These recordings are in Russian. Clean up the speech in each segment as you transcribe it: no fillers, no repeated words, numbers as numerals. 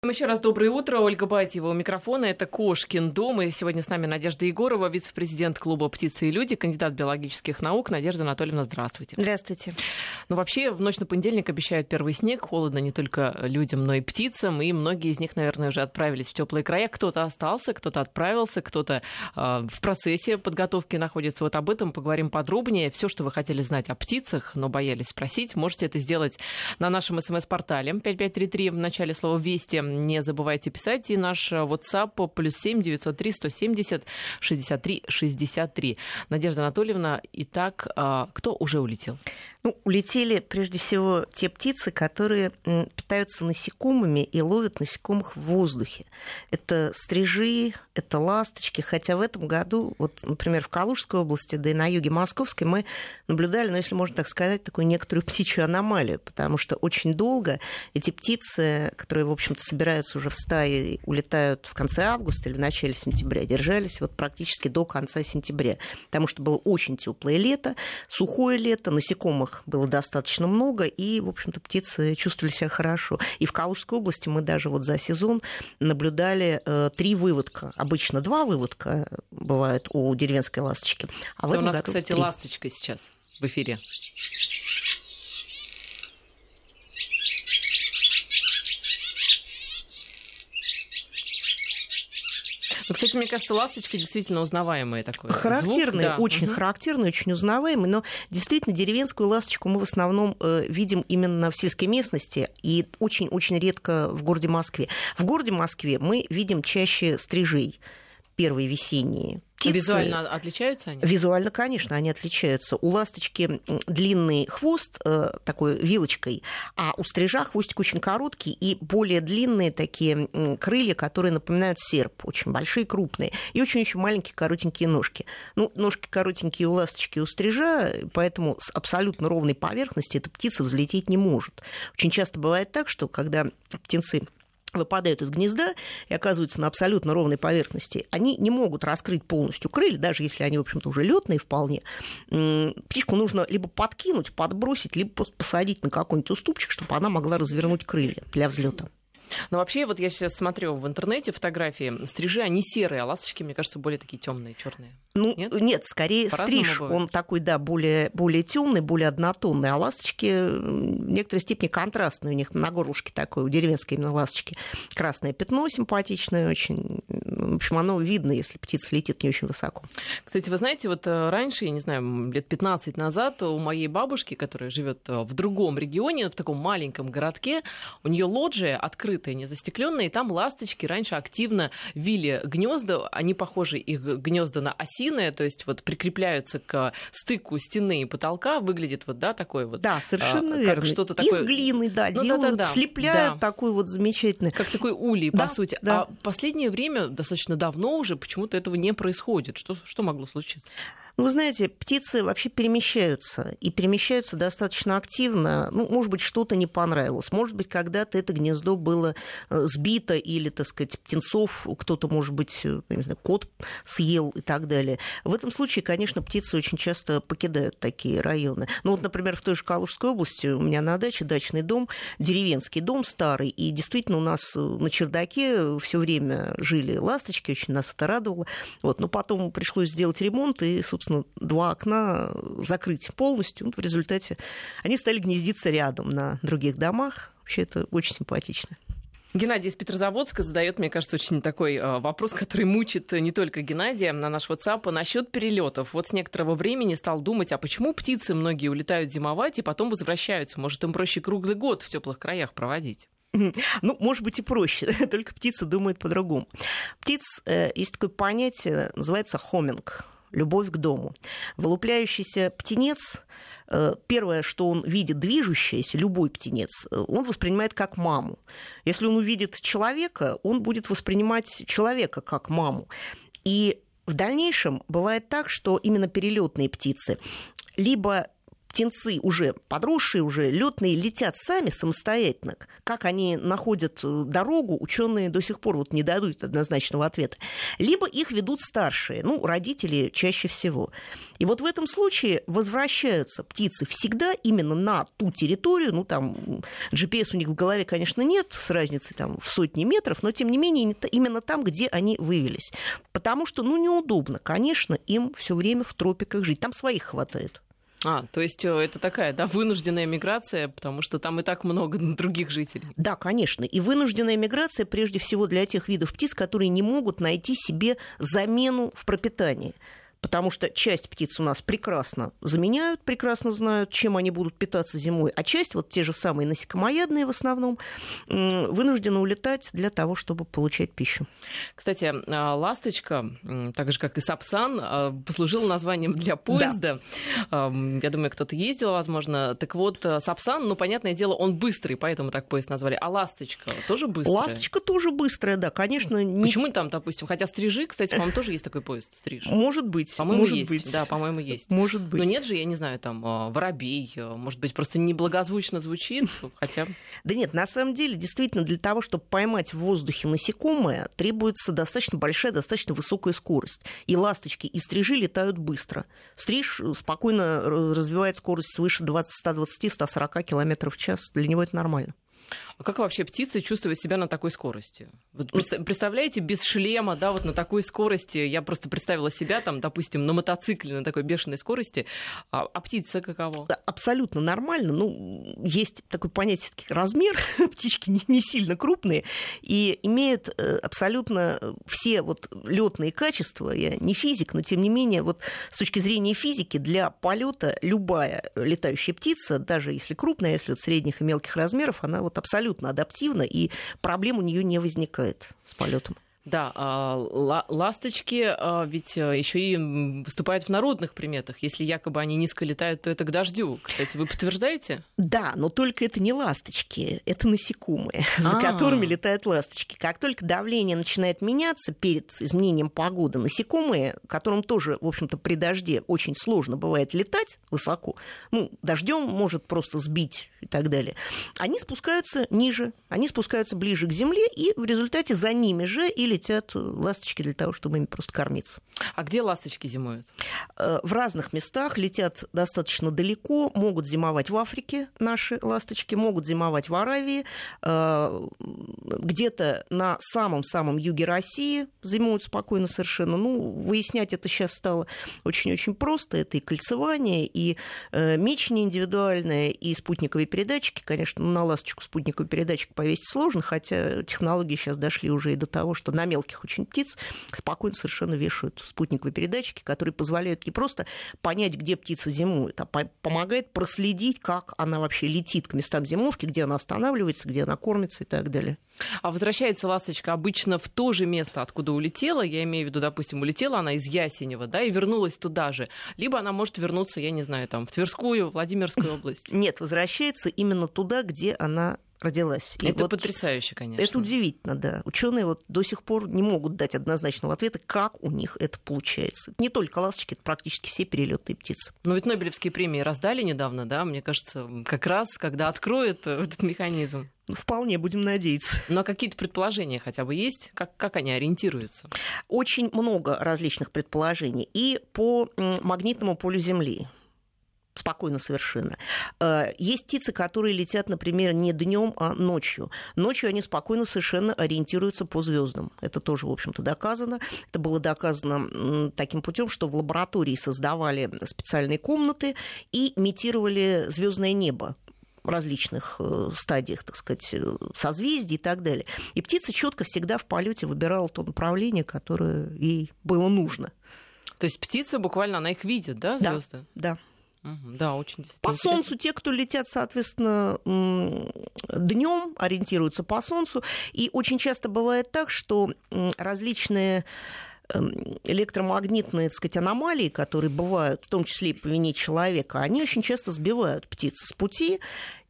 Еще раз доброе утро. Ольга Байтьева у микрофона. Это «Кошкин дом». И сегодня с нами Надежда Егорова, вице-президент клуба «Птицы и люди», кандидат биологических наук. Надежда Анатольевна, здравствуйте. Здравствуйте. Ну, вообще, в ночь на понедельник обещают первый снег. Холодно не только людям, но и птицам. И многие из них, наверное, уже отправились в теплые края. Кто-то остался, кто-то отправился, кто-то в процессе подготовки находится. Вот об этом поговорим подробнее. Все, что вы хотели знать о птицах, но боялись спросить, можете это сделать на нашем СМС-портале 5533 в начале слова «Вести». Не забывайте писать. И наш WhatsApp +7 903 170 63 63. Надежда Анатольевна, итак, кто уже улетел? Ну, улетели прежде всего те птицы, которые питаются насекомыми и ловят насекомых в воздухе. Это стрижи, это ласточки. Хотя в этом году, вот, например, в Калужской области, да и на юге Московской, мы наблюдали, ну, если можно так сказать, такую некоторую птичью аномалию, потому что очень долго эти птицы, которые, в общем-то, собираются уже в стаи, улетают в конце августа или в начале сентября, держались вот практически до конца сентября, потому что было очень теплое лето, сухое лето, насекомых было достаточно много, и, в общем-то, птицы чувствовали себя хорошо. И в Калужской области мы даже вот за сезон наблюдали 3 выводка. Обычно 2 выводка бывают у деревенской ласточки. А в этом у нас, году кстати, 3. ласточка сейчас в эфире. Ну, кстати, мне кажется, ласточка действительно узнаваемая такой характерный, звук, да. очень характерный, очень узнаваемый, но действительно деревенскую ласточку мы в основном видим именно в сельской местности и очень-очень редко в городе Москве. В городе Москве мы видим чаще стрижей, первые весенние птицы. Визуально отличаются они? Визуально, конечно, они отличаются. У ласточки длинный хвост такой вилочкой, а у стрижа хвостик очень короткий и более длинные такие крылья, которые напоминают серп, очень большие, крупные, и очень-очень маленькие коротенькие ножки. Ну, ножки коротенькие у ласточки и у стрижа, поэтому с абсолютно ровной поверхности эта птица взлететь не может. Очень часто бывает так, что когда птенцы выпадают из гнезда и оказываются на абсолютно ровной поверхности, они не могут раскрыть полностью крылья, даже если они, в общем-то, уже лётные вполне. Птичку нужно либо подкинуть, подбросить, либо просто посадить на какой-нибудь уступчик, чтобы она могла развернуть крылья для взлета. Но вообще, вот я сейчас смотрю в интернете фотографии, стрижи, они серые, а ласточки, мне кажется, более такие темные, черные. Ну, нет, скорее стриж, он такой, да, более темный, более однотонный, а ласточки в некоторой степени контрастные. У них на горлышке такое, у деревенской именно ласточки, красное пятно симпатичное очень. В общем, оно видно, если птица летит не очень высоко. Кстати, вы знаете, вот раньше, я не знаю, лет 15 назад у моей бабушки, которая живет в другом регионе, в таком маленьком городке, у нее лоджия открытая, не застекленная, и там ласточки раньше активно вили гнезда, они похожи, их гнезда на осиное, то есть вот прикрепляются к стыку стены и потолка, выглядит вот, да, такой вот. Да, совершенно верно. Что-то такое... Из глины, да, делают, слепляют такой вот замечательный. Как такой улей, да, по сути. Да. А в последнее время, достаточно давно уже, почему-то этого не происходит. Что могло случиться? Ну, вы знаете, птицы вообще перемещаются, и перемещаются достаточно активно. Ну, может быть, что-то не понравилось. Может быть, когда-то это гнездо было сбито, или, так сказать, птенцов кто-то, может быть, не знаю, кот съел и так далее. В этом случае, конечно, птицы очень часто покидают такие районы. Ну, вот, например, в той же Калужской области у меня на даче дачный дом, деревенский дом старый, и действительно у нас на чердаке все время жили ласточки, очень нас это радовало. Вот. Но потом пришлось сделать ремонт, и, собственно, 2 окна закрыть полностью. В результате они стали гнездиться рядом на других домах. Вообще это очень симпатично. Геннадий из Петрозаводска задает, мне кажется, очень такой вопрос, который мучит не только Геннадия на наш WhatsApp. Насчет перелетов. Вот с некоторого времени стал думать, а почему птицы многие улетают зимовать и потом возвращаются? Может, им проще круглый год в теплых краях проводить? Ну, может быть, и проще, только птицы думают по-другому. Птиц есть такое понятие, называется хоминг. Любовь к дому. Вылупляющийся птенец, первое, что он видит движущееся, любой птенец, он воспринимает как маму. Если он увидит человека, он будет воспринимать человека как маму. И в дальнейшем бывает так, что именно перелетные птицы либо птенцы уже подросшие, уже летные, летят сами самостоятельно. Как они находят дорогу, ученые до сих пор вот не дадут однозначного ответа. Либо их ведут старшие, родители чаще всего. И вот в этом случае возвращаются птицы всегда именно на ту территорию, там GPS у них в голове, конечно, нет, с разницей там в сотни метров, но тем не менее именно там, где они вывелись. Потому что, неудобно, конечно, им все время в тропиках жить. Там своих хватает. То есть это такая, вынужденная миграция, потому что там и так много других жителей. Да, конечно. И вынужденная миграция прежде всего для тех видов птиц, которые не могут найти себе замену в пропитании. Потому что часть птиц у нас прекрасно заменяют, прекрасно знают, чем они будут питаться зимой, а часть, вот те же самые насекомоядные в основном, вынуждены улетать для того, чтобы получать пищу. Кстати, ласточка, так же, как и сапсан, послужила названием для поезда. Да. Я думаю, кто-то ездил, возможно. Так вот, сапсан, понятное дело, он быстрый, поэтому так поезд назвали. А ласточка тоже быстрая? Ласточка тоже быстрая, да, конечно. Почему там, допустим, хотя стрижи, кстати, по-моему, тоже есть такой поезд, стриж? Может быть. По-моему, может есть. Быть. Да, по-моему, есть. Может быть. Но нет же, я не знаю, там, воробей, может быть, просто неблагозвучно звучит, хотя... Да нет, на самом деле, действительно, для того, чтобы поймать в воздухе насекомое, требуется достаточно большая, достаточно высокая скорость. И ласточки, и стрижи летают быстро. Стриж спокойно развивает скорость свыше 120-140 км в час. Для него это нормально. А как вообще птицы чувствуют себя на такой скорости? Вот представляете, без шлема, вот на такой скорости, я просто представила себя, там, допустим, на мотоцикле на такой бешеной скорости, а птица каково? Абсолютно нормально. Есть такое понятие, все-таки размер, птички не сильно крупные, и имеют абсолютно все летные качества. Я не физик, но тем не менее, с точки зрения физики, для полета любая летающая птица, даже если крупная, если средних и мелких размеров, она абсолютно адаптивна, и проблем у нее не возникает с полетом. Да, ласточки ведь еще и выступают в народных приметах. Если якобы они низко летают, то это к дождю. Кстати, вы подтверждаете? Да, но только это не ласточки, это насекомые, за которыми летают ласточки. Как только давление начинает меняться перед изменением погоды, насекомые, которым тоже, в общем-то, при дожде очень сложно бывает летать высоко, дождем может просто сбить и так далее, они спускаются ниже, они спускаются ближе к земле, и в результате за ними же и летят ласточки для того, чтобы ими просто кормиться. А где ласточки зимуют? В разных местах, летят достаточно далеко, могут зимовать в Африке наши ласточки, могут зимовать в Аравии, где-то на самом-самом юге России зимуют спокойно совершенно. Выяснять это сейчас стало очень-очень просто. Это и кольцевание, и мечение индивидуальное, и спутниковые передатчики. Конечно, на ласточку спутниковый передатчик повесить сложно, хотя технологии сейчас дошли уже и до того, что на мелких очень птиц спокойно совершенно вешают спутниковые передатчики, которые позволяют не просто понять, где птица зимует, а помогает проследить, как она вообще летит к местам зимовки, где она останавливается, где она кормится и так далее. А возвращается ласточка обычно в то же место, откуда улетела, я имею в виду, допустим, улетела она из Ясенева, и вернулась туда же, либо она может вернуться, я не знаю, в Тверскую, Владимирскую область? Нет, возвращается именно туда, где она родилась. И это потрясающе, конечно. Это удивительно, да. Ученые до сих пор не могут дать однозначного ответа, как у них это получается. Это не только ласточки, это практически все перелетные птицы. Но ведь Нобелевские премии раздали недавно, мне кажется, как раз, когда откроют этот механизм. Вполне, будем надеяться. Но какие-то предположения хотя бы есть? Как они ориентируются? Очень много различных предположений. И по магнитному полю Земли. Спокойно совершенно. Есть птицы, которые летят, например, не днем, а ночью. Ночью они спокойно совершенно ориентируются по звездам. Это тоже, в общем-то, доказано. Это было доказано таким путем, что в лаборатории создавали специальные комнаты и имитировали звездное небо в различных стадиях, так сказать, созвездий и так далее. И птица четко всегда в полете выбирала то направление, которое ей было нужно. То есть птица буквально, она их видит, да, звезды? Да. Да, очень по Солнцу те, кто летят, соответственно, днем, ориентируются по Солнцу. И очень часто бывает так, что различные электромагнитные, так сказать, аномалии, которые бывают, в том числе и по вине человека, они очень часто сбивают птиц с пути.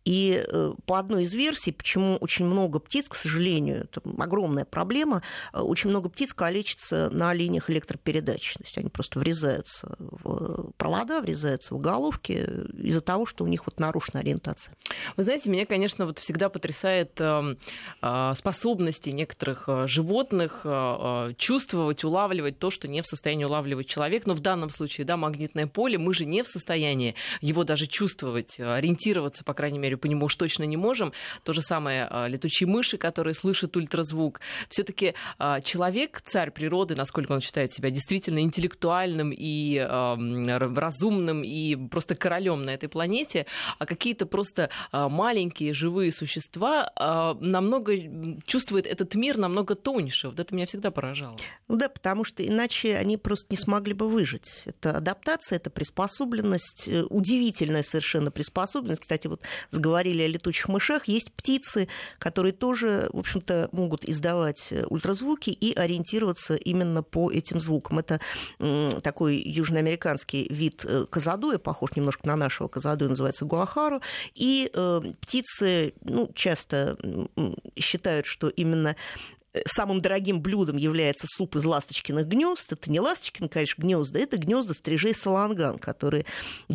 И по одной из версий, почему очень много птиц, к сожалению, это огромная проблема, очень много птиц калечится на линиях электропередач. То есть они просто врезаются в провода, врезаются в головки из-за того, что у них вот нарушена ориентация. Вы знаете, меня, конечно, вот всегда потрясает способности некоторых животных чувствовать, улавливать то, что не в состоянии улавливать человек. Но в данном случае, да, магнитное поле, мы же не в состоянии его даже чувствовать, ориентироваться, по крайней мере, по нему уж точно не можем. То же самое летучие мыши, которые слышат ультразвук. Все-таки человек, царь природы, насколько он считает себя действительно интеллектуальным и разумным, и просто королем на этой планете, а какие-то просто маленькие живые существа намного чувствуют этот мир намного тоньше. Вот это меня всегда поражало. Ну да, потому что иначе они просто не смогли бы выжить. Это адаптация, это приспособленность, удивительная совершенно приспособленность. Кстати, вот заговорили о летучих мышах. Есть птицы, которые тоже, в общем-то, могут издавать ультразвуки и ориентироваться именно по этим звукам. Это такой южноамериканский вид казадоя, похож немножко на нашего казадоя, называется гуахару. И птицы часто считают, что именно самым дорогим блюдом является суп из ласточкиных гнезд. Это не ласточкины, конечно, гнезда, это гнезда стрижей саланган, которые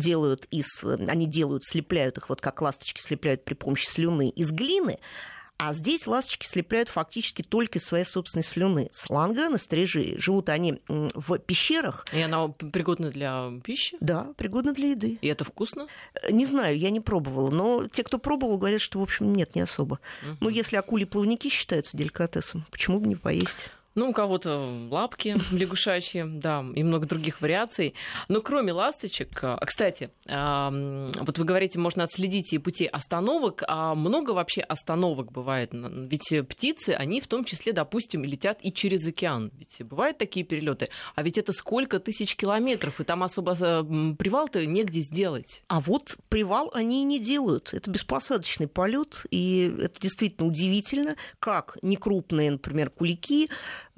слепляют их, вот как ласточки слепляют при помощи слюны, из глины. А здесь ласточки слепляют фактически только из своей собственной слюны. Саланганы, стрижи, живут они в пещерах. И она пригодна для пищи? Да, пригодна для еды. И это вкусно? Не знаю, я не пробовала, но те, кто пробовал, говорят, что, в общем, нет, не особо. Ну, если акули-плавники считаются деликатесом, почему бы не поесть? Ну, у кого-то лапки лягушачьи, да, и много других вариаций. Но кроме ласточек, кстати, вот вы говорите, можно отследить и пути остановок, а много вообще остановок бывает? Ведь птицы, они в том числе, допустим, летят и через океан. Ведь бывают такие перелеты, а ведь это сколько тысяч километров, и там особо привал-то негде сделать. А вот привал они и не делают. Это беспосадочный полет, и это действительно удивительно, как некрупные, например, кулики,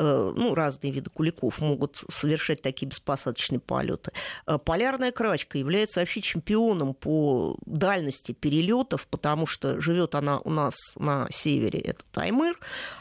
разные виды куликов могут совершать такие беспосадочные полеты. Полярная крачка является вообще чемпионом по дальности перелетов, потому что живет она у нас на севере, это Таймыр,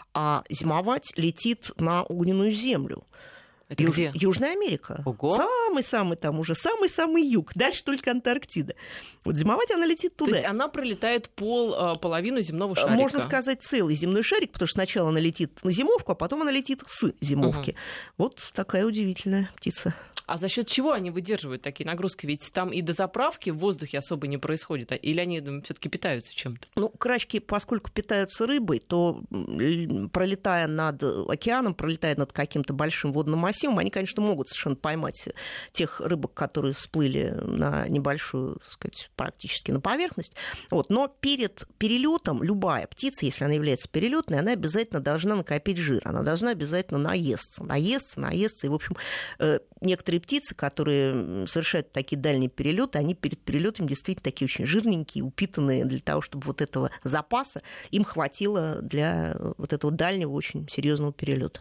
а зимовать летит на огненную землю. Это где? Южная Америка. Ого. Самый-самый там уже, самый-самый юг. Дальше только Антарктида. Вот зимовать она летит туда. То есть она пролетает половину земного шарика? Можно сказать, целый земной шарик, потому что сначала она летит на зимовку, а потом она летит с зимовки. Вот такая удивительная птица. А за счет чего они выдерживают такие нагрузки? Ведь там и до заправки в воздухе особо не происходит. Или они все-таки питаются чем-то? Крачки, поскольку питаются рыбой, то, пролетая над океаном, пролетая над каким-то большим водным массивом, они, конечно, могут совершенно поймать тех рыбок, которые всплыли на небольшую, так сказать, практически на поверхность. Вот. Но перед перелетом любая птица, если она является перелетной, она обязательно должна накопить жир, она должна обязательно наесться. И, в общем, некоторые птицы, которые совершают такие дальние перелеты, они перед перелетом действительно такие очень жирненькие, упитанные, для того, чтобы вот этого запаса им хватило для вот этого дальнего, очень серьезного перелета.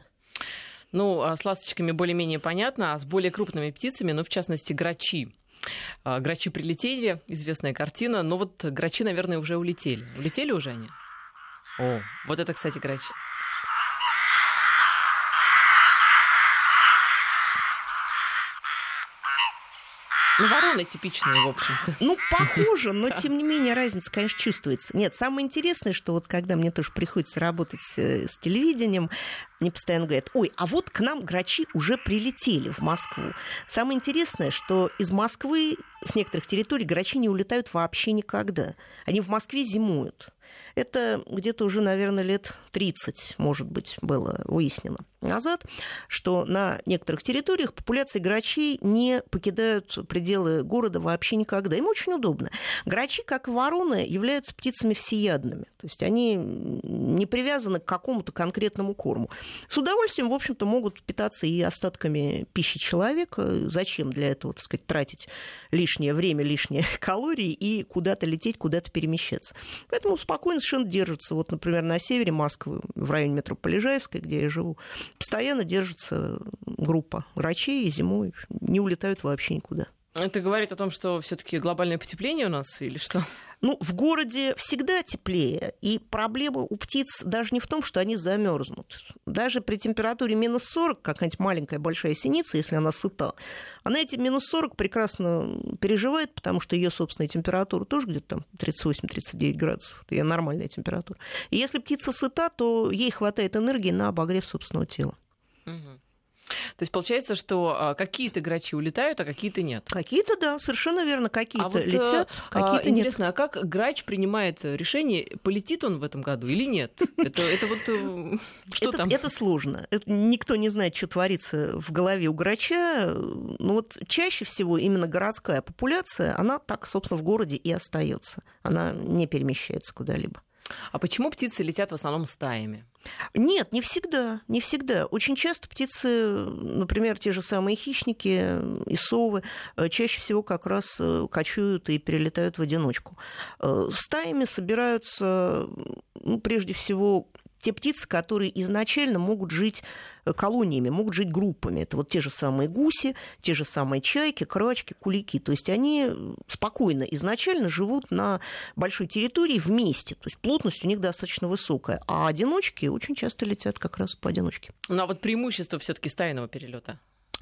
С ласточками более-менее понятно, а с более крупными птицами, в частности, грачи. Грачи прилетели, известная картина, но вот грачи, наверное, уже улетели. Улетели уже они? О, вот это, кстати, грач. Вороны типичные, в общем-то. Похоже, но, тем не менее, разница, конечно, чувствуется. Нет, самое интересное, что вот когда мне тоже приходится работать с телевидением, мне постоянно говорят: ой, а вот к нам грачи уже прилетели в Москву. Самое интересное, что из Москвы, с некоторых территорий, грачи не улетают вообще никогда. Они в Москве зимуют. Это где-то уже, наверное, лет 30, может быть, было выяснено назад, что на некоторых территориях популяции грачей не покидают пределы города вообще никогда. Им очень удобно. Грачи, как и вороны, являются птицами всеядными. То есть они не привязаны к какому-то конкретному корму. С удовольствием, в общем-то, могут питаться и остатками пищи человека. Зачем для этого, так сказать, тратить лишнее время, лишние калории и куда-то лететь, куда-то перемещаться? Поэтому спокойно совершенно держатся. Вот, например, на севере Москвы, в районе метро Полежаевской, где я живу, постоянно держится группа грачей, и зимой не улетают вообще никуда. Это говорит о том, что все-таки глобальное потепление у нас или что? Ну, в городе всегда теплее, и проблема у птиц даже не в том, что они замерзнут. Даже при температуре минус 40, какая-нибудь маленькая большая синица, если она сыта, она эти минус 40 прекрасно переживает, потому что ее собственная температура тоже где-то там 38-39 градусов. Это ее нормальная температура. И если птица сыта, то ей хватает энергии на обогрев собственного тела. Угу. То есть получается, что какие-то грачи улетают, а какие-то нет? Какие-то, да, совершенно верно. Какие-то летят, какие-то интересно, нет. А как грач принимает решение, полетит он в этом году или нет? Это вот что там? Это сложно. Никто не знает, что творится в голове у грача. Но вот чаще всего именно городская популяция, она так, собственно, в городе и остается. Она не перемещается куда-либо. А почему птицы летят в основном стаями? Нет, не всегда, не всегда. Очень часто птицы, например, те же самые хищники и совы, чаще всего как раз кочуют и перелетают в одиночку. Стаями собираются, прежде всего, те птицы, которые изначально могут жить колониями, могут жить группами. Это вот те же самые гуси, те же самые чайки, крачки, кулики. То есть они спокойно изначально живут на большой территории вместе. То есть плотность у них достаточно высокая. А одиночки очень часто летят как раз поодиночке. Ну а вот преимущество все-таки стайного перелета?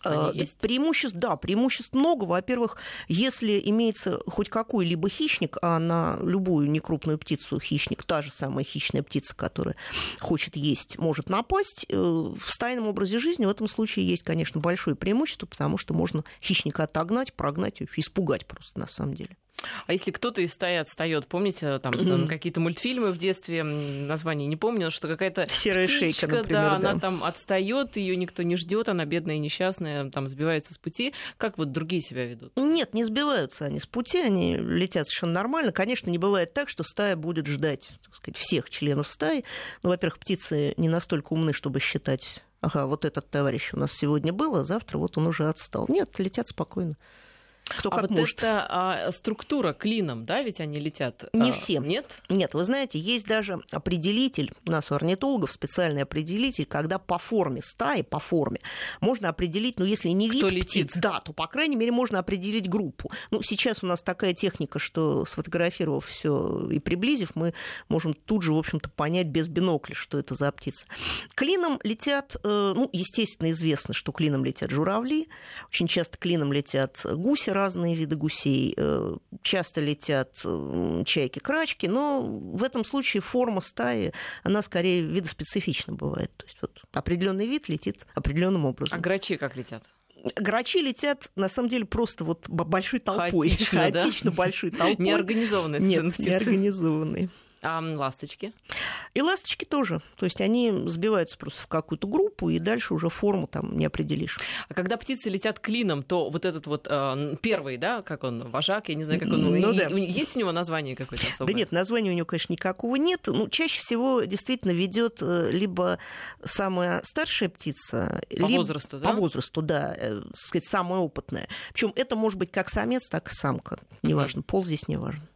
Преимуществ много. Во-первых, если имеется хоть какой-либо хищник, а на любую некрупную птицу хищник, та же самая хищная птица, которая хочет есть, может напасть, в стайном образе жизни в этом случае есть, конечно, большое преимущество, потому что можно хищника отогнать, прогнать, испугать просто на самом деле. А если кто-то из стаи отстает, помните, там какие-то мультфильмы в детстве, название не помню, что какая-то серая птичка, шейка, например, да, она там отстает, ее никто не ждет, она бедная и несчастная, там сбивается с пути. Как вот другие себя ведут? Нет, не сбиваются они с пути, они летят совершенно нормально. Конечно, не бывает так, что стая будет ждать, так сказать, всех членов стаи. Ну, во-первых, птицы не настолько умны, чтобы считать, ага, вот этот товарищ у нас сегодня был, а завтра вот он уже отстал. Нет, летят спокойно. Кто как вот может. Это структура клином, да, ведь они летят? Не всем. Нет? Нет, вы знаете, есть даже определитель, у нас у орнитологов специальный определитель, когда по форме стаи, по форме, можно определить, ну, если не вид птиц, да, то, по крайней мере, можно определить группу. Ну, сейчас у нас такая техника, что, сфотографировав все и приблизив, мы можем тут же, в общем-то, понять без бинокля, что это за птица. Клином летят, ну, естественно, известно, что клином летят журавли, очень часто клином летят гуси, разные виды гусей, часто летят чайки, крачки, но в этом случае форма стаи, она скорее видоспецифична бывает. То есть вот определенный вид летит определенным образом. А грачи как летят? Грачи летят, на самом деле, просто вот большой толпой. Хаотично, да? Большой толпой. Неорганизованные совершенно птицы. Неорганизованные. А ласточки? И ласточки тоже. То есть они сбиваются просто в какую-то группу, и дальше уже форму там не определишь. А когда птицы летят клином, то вот этот вот первый, да, как он, вожак, я не знаю, как он... Ну, да. Есть у него название какое-то особое? Да нет, названия у него, конечно, никакого нет. Ну, чаще всего действительно ведет либо самая старшая птица... возрасту, да? По возрасту, да. Так сказать, самая опытная. Причем это может быть как самец, так и самка. Неважно, пол здесь не важно.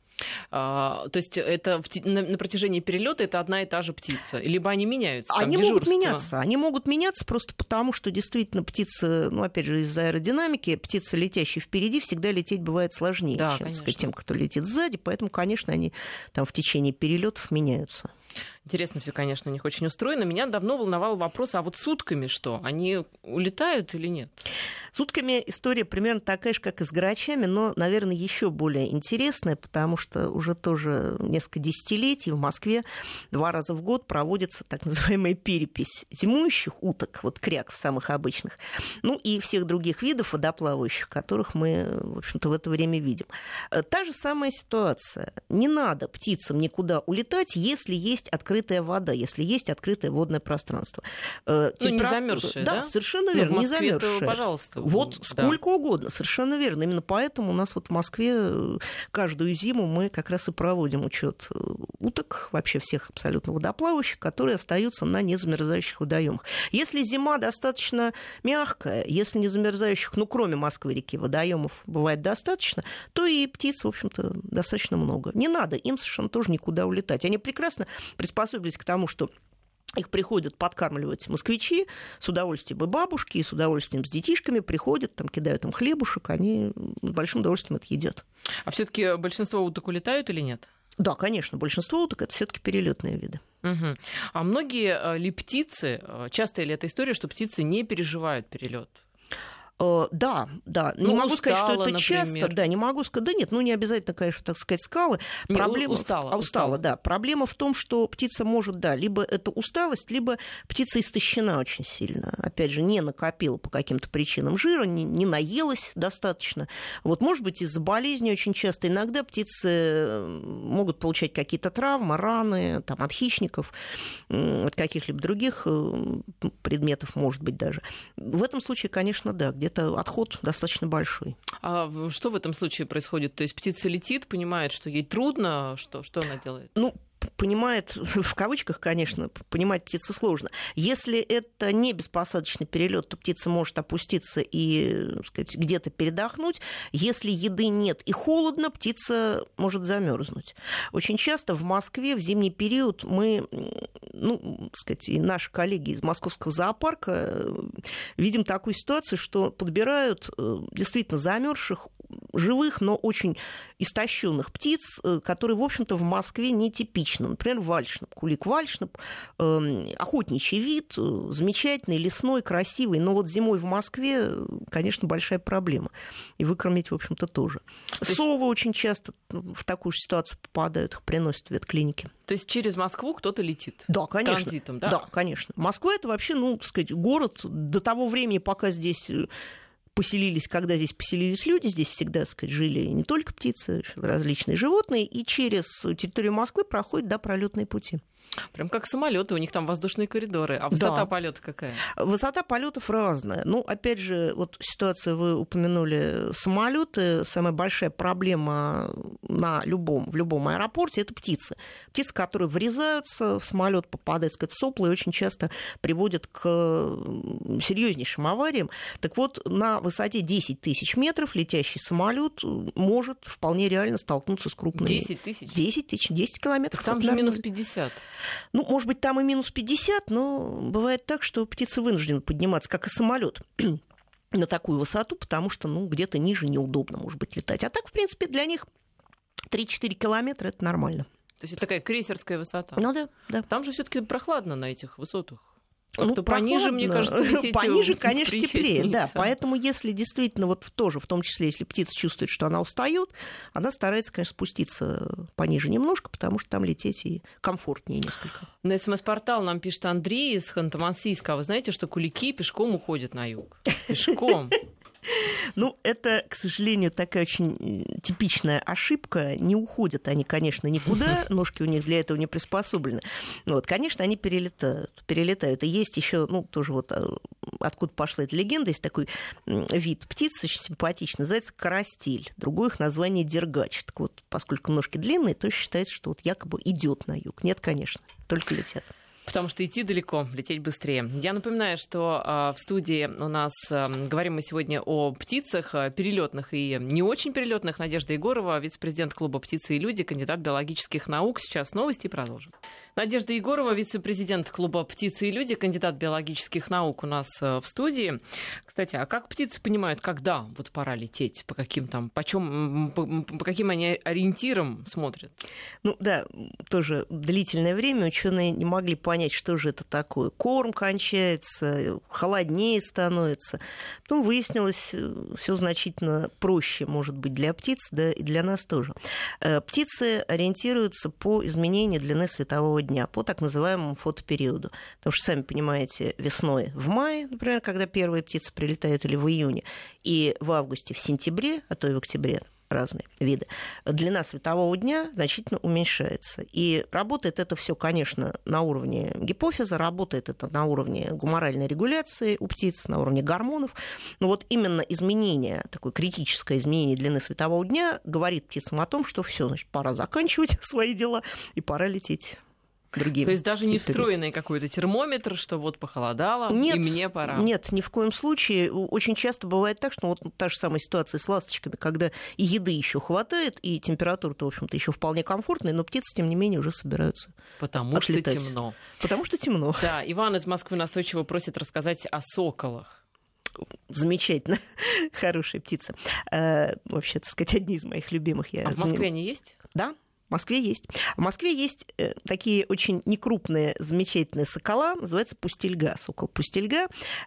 То есть это на протяжении перелета это одна и та же птица? Либо они меняются? Они могут меняться просто потому, что действительно птицы, ну, опять же, из-за аэродинамики, птицы, летящие впереди, всегда лететь бывает сложнее, да, чем, так сказать, тем, кто летит сзади. Поэтому, конечно, они там в течение перелетов меняются. Интересно все, конечно, у них очень устроено. Меня давно волновал вопрос, а вот с утками что? Они улетают или нет? С утками история примерно такая же, как и с грачами, но, наверное, еще более интересная, потому что уже тоже несколько десятилетий в Москве 2 раза в год проводится так называемая перепись зимующих уток, вот кряков самых обычных, ну и всех других видов водоплавающих, которых мы, в общем-то, в это время видим. Та же самая ситуация. Не надо птицам никуда улетать, если есть открытая вода, если есть открытое водное пространство. Не замерзшие, да? Да, совершенно верно, в не Москве замерзшие. Пожалуйста. Вот сколько угодно, совершенно верно. Именно поэтому у нас вот в Москве каждую зиму мы как раз и проводим учет уток, вообще всех абсолютно водоплавающих, которые остаются на незамерзающих водоемах. Если зима достаточно мягкая, если незамерзающих, ну, кроме Москвы-реки, водоемов бывает достаточно, то и птиц, в общем-то, достаточно много. Не надо им совершенно тоже никуда улетать. Они прекрасно приспособились к тому, что Их приходят подкармливать москвичи, с удовольствием и бабушки, и с удовольствием с детишками приходят, там, кидают им хлебушек, они с большим удовольствием это едят. А все-таки большинство уток улетают или нет? Да, конечно, большинство уток это все-таки перелетные виды. Угу. А многие ли птицы, часто ли эта история, что птицы не переживают перелет? Да. Не могу сказать, что это например. часто. Да, не могу сказать. Да нет, не обязательно, конечно, так сказать, скалы. Проблема... Устала, да. Проблема в том, что птица может, либо это усталость, либо птица истощена очень сильно. Опять же, не накопила по каким-то причинам жира, не наелась достаточно. Вот, может быть, из-за болезни очень часто. Иногда птицы могут получать какие-то травмы, раны там, от хищников, от каких-либо других предметов, может быть, даже. В этом случае, конечно, да, где-то отход достаточно большой. А что в этом случае происходит? То есть птица летит, понимает, что ей трудно, что она делает? Понимает, в кавычках, конечно, понимать птица сложно. Если это не беспосадочный перелет, то птица может опуститься и, так сказать, где-то передохнуть. Если еды нет и холодно, птица может замерзнуть. Очень часто в Москве в зимний период мы, так сказать, и наши коллеги из Московского зоопарка видим такую ситуацию, что подбирают действительно замерзших, живых, но очень истощенных птиц, которые, в общем-то, в Москве нетипичны. Например, вальшнап, кулик вальшнап, охотничий вид, замечательный, лесной, красивый, но вот зимой в Москве, конечно, большая проблема. И выкормить, в общем-то, тоже. Совы очень часто в такую же ситуацию попадают, их приносят в ветклиники. То есть через Москву кто-то летит? Да, конечно. Транзитом, да? Да, конечно. Москва — это вообще, так сказать, город до того времени, пока здесь когда здесь поселились люди, здесь всегда, так сказать, жили не только птицы, различные животные, и через территорию Москвы проходят пролетные пути. Прям как самолеты, у них там воздушные коридоры. А высота полета какая? Высота полетов разная. Опять же, вот ситуация, вы упомянули самолеты. Самая большая проблема в любом аэропорте — это птицы. Птицы, которые врезаются в самолет, попадают, сказать, в сопла и очень часто приводят к серьезнейшим авариям. Так вот, на высоте 10 тысяч метров летящий самолет может вполне реально столкнуться с крупными... 10 тысяч? 10 километров. Так там же минус 50. Может быть, там и минус 50, но бывает так, что птица вынуждена подниматься, как и самолет, на такую высоту, потому что где-то ниже неудобно, может быть, летать. А так, в принципе, для них 3-4 километра — это нормально. То есть это такая крейсерская высота? Да. Там же все-таки прохладно на этих высотах. Как-то пониже, мне кажется, лететь пониже, конечно, теплее, да. Поэтому, если действительно, тоже, в том числе, если птица чувствует, что она устает, она старается, конечно, спуститься пониже немножко, потому что там лететь и комфортнее несколько. На СМС-портал нам пишет Андрей из Ханты-Мансийска. Вы знаете, что кулики пешком уходят на юг? Пешком. Это, к сожалению, такая очень типичная ошибка. Не уходят они, конечно, никуда, ножки у них для этого не приспособлены. Конечно, они перелетают. И есть еще, тоже откуда пошла эта легенда, есть такой вид птиц, очень симпатичный, называется карастель. Другое их название дергач. Так вот, поскольку ножки длинные, то считается, что якобы идет на юг. Нет, конечно, только летят. Потому что идти далеко, лететь быстрее. Я напоминаю, что в студии у нас говорим мы сегодня о птицах, перелетных и не очень перелетных. Надежда Егорова, вице-президент клуба «Птицы и люди», кандидат биологических наук. Сейчас новости и продолжим. Надежда Егорова, вице-президент клуба «Птицы и люди», кандидат биологических наук у нас в студии. Кстати, а как птицы понимают, когда пора лететь? По каким они ориентирам смотрят? Тоже длительное время ученые не могли понять, что же это такое. Корм кончается, холоднее становится. Потом выяснилось, все значительно проще, может быть, для птиц, да и для нас тоже. Птицы ориентируются по изменению длины светового дня, по так называемому фотопериоду. Потому что, сами понимаете, весной в мае, например, когда первые птицы прилетают, или в июне, и в августе, в сентябре, а то и в октябре, разные виды, длина светового дня значительно уменьшается. И работает это все, конечно, на уровне гипофиза, работает это на уровне гуморальной регуляции у птиц, на уровне гормонов. Но именно изменение, такое критическое изменение длины светового дня говорит птицам о том, что все, пора заканчивать свои дела и пора лететь другим. То есть даже не встроенный какой-то термометр, что вот похолодало, нет, и мне пора. Нет, ни в коем случае. Очень часто бывает так, что вот та же самая ситуация с ласточками, когда и еды еще хватает, и температура-то, в общем-то, еще вполне комфортная, но птицы, тем не менее, уже собираются отлетать. Что темно. Потому что темно. Да, Иван из Москвы настойчиво просит рассказать о соколах. Замечательно. Хорошая птица. Вообще, так сказать, одни из моих любимых. А в Москве они есть? Да. В Москве есть. В Москве есть такие очень некрупные, замечательные сокола, называется пустельга. Сокол пустельга.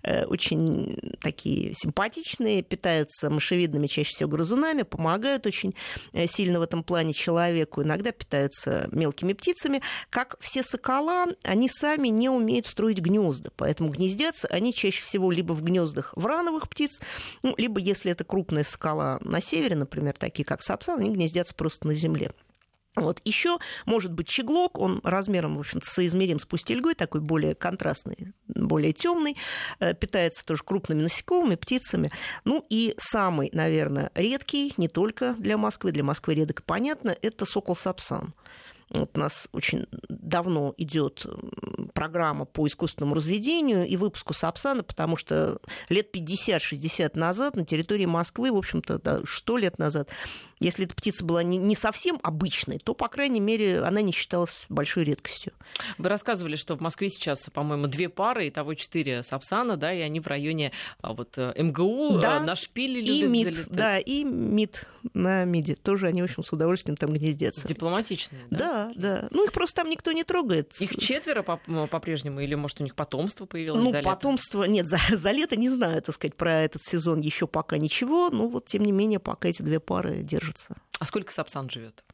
Очень такие симпатичные, питаются мышевидными чаще всего грызунами, помогают очень сильно в этом плане человеку. Иногда питаются мелкими птицами. Как все сокола, они сами не умеют строить гнезда, поэтому гнездятся они чаще всего либо в гнездах врановых птиц, либо, если это крупные сокола на севере, например, такие как сапсан, они гнездятся просто на земле. Вот. Еще может быть щеглок, он размером, в общем-то, соизмерим с пустельгой, такой более контрастный, более темный, питается тоже крупными насекомыми, птицами. Ну и самый, наверное, редкий, не только для Москвы редко и понятно, это сокол-сапсан. Вот у нас очень давно идет программа по искусственному разведению и выпуску сапсана, потому что лет 50-60 назад на территории Москвы, в общем-то, 100 лет назад, если эта птица была не совсем обычной, то, по крайней мере, она не считалась большой редкостью. Вы рассказывали, что в Москве сейчас, по-моему, 2 пары, итого 4 сапсана, да, и они в районе вот, МГУ, да, на шпиле любят залетать. Да, и МИД на МИДе. Тоже они, в общем, с удовольствием там гнездятся. Дипломатичные, да? Да. Ну, их просто там никто не трогает. Их 4 по-прежнему, или, может, у них потомство появилось за лето? Потомство... Нет, за лето не знаю, так сказать, про этот сезон еще пока ничего, но вот, тем не менее, пока эти 2 пары держатся. А сколько сапсан живет?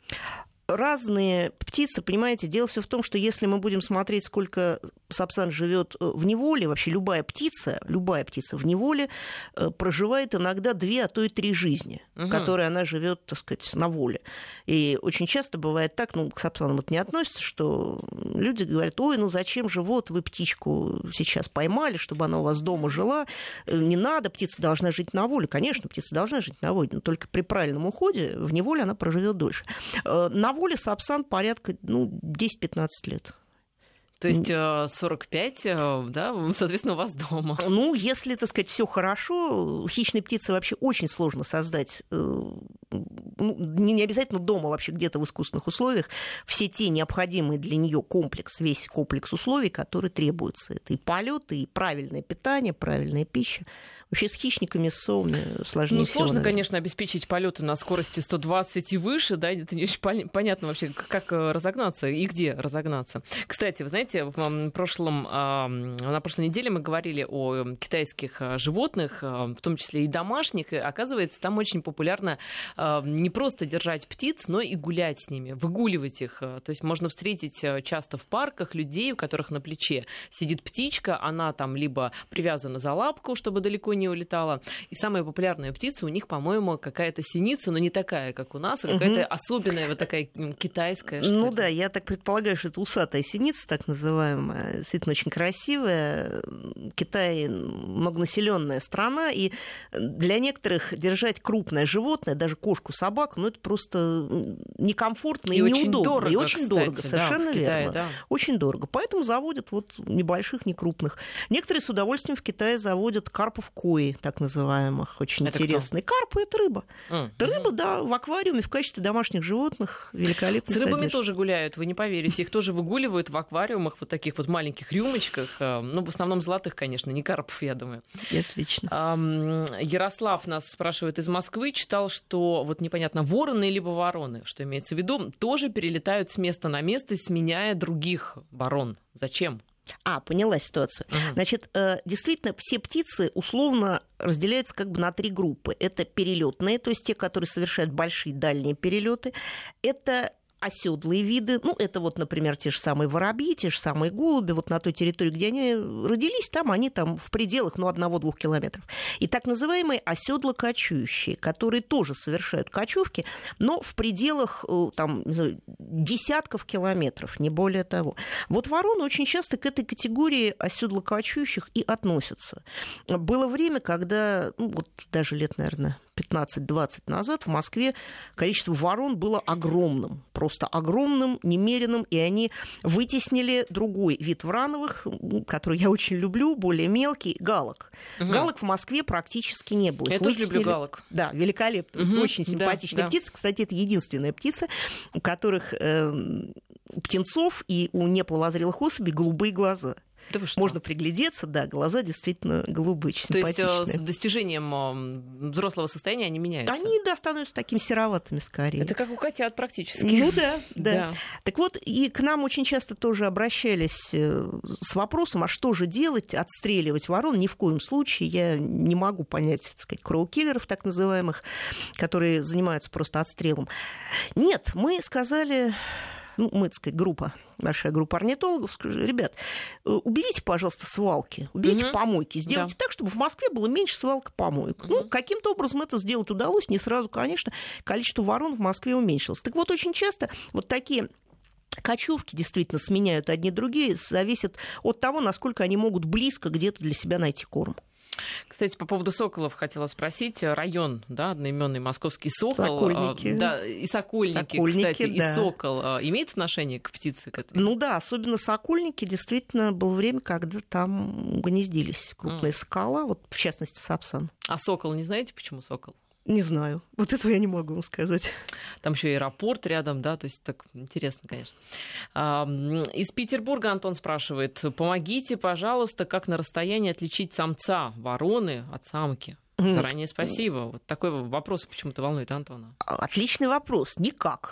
Разные птицы, понимаете, дело все в том, что если мы будем смотреть, сколько сапсан живет в неволе, вообще любая птица в неволе проживает иногда 2, а то и 3 жизни, которые она живет, так сказать, на воле. И очень часто бывает так, к сапсанам это не относится, что люди говорят: ой, зачем же вот вы птичку сейчас поймали, чтобы она у вас дома жила, не надо, птица должна жить на воле. Конечно, птица должна жить на воле, но только при правильном уходе в неволе она проживет дольше. На воле сапсан порядка 10-15 лет. То есть 45, да, соответственно, у вас дома. Если, так сказать, все хорошо, хищной птице вообще очень сложно создать, не обязательно дома, вообще где-то в искусственных условиях, все те необходимые для нее весь комплекс условий, которые требуются. Это и полет, и правильное питание, правильная пища. Вообще с хищниками, с совами сложнее всего. Сложно, конечно, обеспечить полеты на скорости 120 и выше, да, это не очень понятно вообще, как разогнаться и где разогнаться. Кстати, вы знаете, на прошлой неделе мы говорили о китайских животных, в том числе и домашних, и оказывается, там очень популярно не просто держать птиц, но и гулять с ними, выгуливать их. То есть можно встретить часто в парках людей, у которых на плече сидит птичка, она там либо привязана за лапку, чтобы далеко не улетала. И самая популярная птица у них, по-моему, какая-то синица, но не такая, как у нас, а какая-то особенная, вот такая китайская. Что ли. Да, я так предполагаю, что это усатая синица, так называемая, действительно очень красивая. Китай многонаселенная страна, и для некоторых держать крупное животное, даже кошку, собаку, это просто некомфортно и неудобно. Дорого, и очень кстати, дорого, совершенно Китае, верно. да. Очень дорого. Поэтому заводят небольших, некрупных. Некоторые с удовольствием в Китае заводят карпов кои, так называемых. Очень это интересные. Кто? Карпы — это рыба. Это рыба, да, в аквариуме в качестве домашних животных великолепно с рыбами содержится. тоже гуляют, вы не поверите. Их тоже выгуливают в аквариумах, вот таких вот маленьких рюмочках. В основном золотых, конечно, не карпов, я думаю. Отлично. Ярослав нас спрашивает из Москвы, читал, что вот непонятно, вороны либо вороны, что имеется в виду, тоже перелетают с места на место, сменяя других ворон. Зачем? Поняла ситуацию. Значит, действительно, все птицы условно разделяются на 3 группы. Это перелетные, то есть те, которые совершают большие дальние перелеты. Это оседлые виды, это например, те же самые воробьи, те же самые голуби, на той территории, где они родились, они в пределах 1-2 километров. И так называемые оседло-кочующие, которые тоже совершают кочевки, но в пределах десятков километров, не более того. Вороны очень часто к этой категории оседло-кочующих и относятся. Было время, когда, даже лет, наверное, 15-20 назад в Москве количество ворон было огромным, просто огромным, немеренным, и они вытеснили другой вид врановых, который я очень люблю, более мелкий, галок. Галок в Москве практически не было. Я тоже люблю галок. Да, великолепно, очень симпатичная птица. Кстати, это единственная птица, у которых у птенцов и у неполовозрелых особей голубые глаза. Да можно приглядеться, да, глаза действительно голубые, очень симпатичные. То есть с достижением взрослого состояния они меняются? Они, да, становятся такими сероватыми скорее. Это как у котят практически. Ну да. Так вот, и к нам очень часто тоже обращались с вопросом, а что же делать, отстреливать ворон? Ни в коем случае. Я не могу понять, так сказать, кроу-киллеров так называемых, которые занимаются просто отстрелом. Нет, мы сказали... мы, так сказать, большая группа орнитологов, скажем, ребят, уберите, пожалуйста, свалки, уберите помойки, сделайте так, чтобы в Москве было меньше свалок помоек. Каким-то образом это сделать удалось, не сразу, конечно, количество ворон в Москве уменьшилось. Так вот, очень часто вот такие кочевки действительно сменяют одни другие, зависит от того, насколько они могут близко где-то для себя найти корм. Кстати, по поводу соколов хотела спросить. Район, да, одноименный московский Сокол. Сокольники. Да, и Сокольники, кстати, да. И Сокол имеет отношение к птице? К этой? Ну да, особенно Сокольники. Действительно, было время, когда там гнездились крупные сокола, вот в частности Сапсан. А Сокол, не знаете, почему Сокол? Не знаю. Вот этого я не могу вам сказать. Там еще и аэропорт рядом, да, то есть так интересно, конечно. Из Петербурга Антон спрашивает: помогите, пожалуйста, как на расстоянии отличить самца вороны от самки? Заранее спасибо. Вот такой вопрос почему-то волнует Антона. Отличный вопрос. Никак.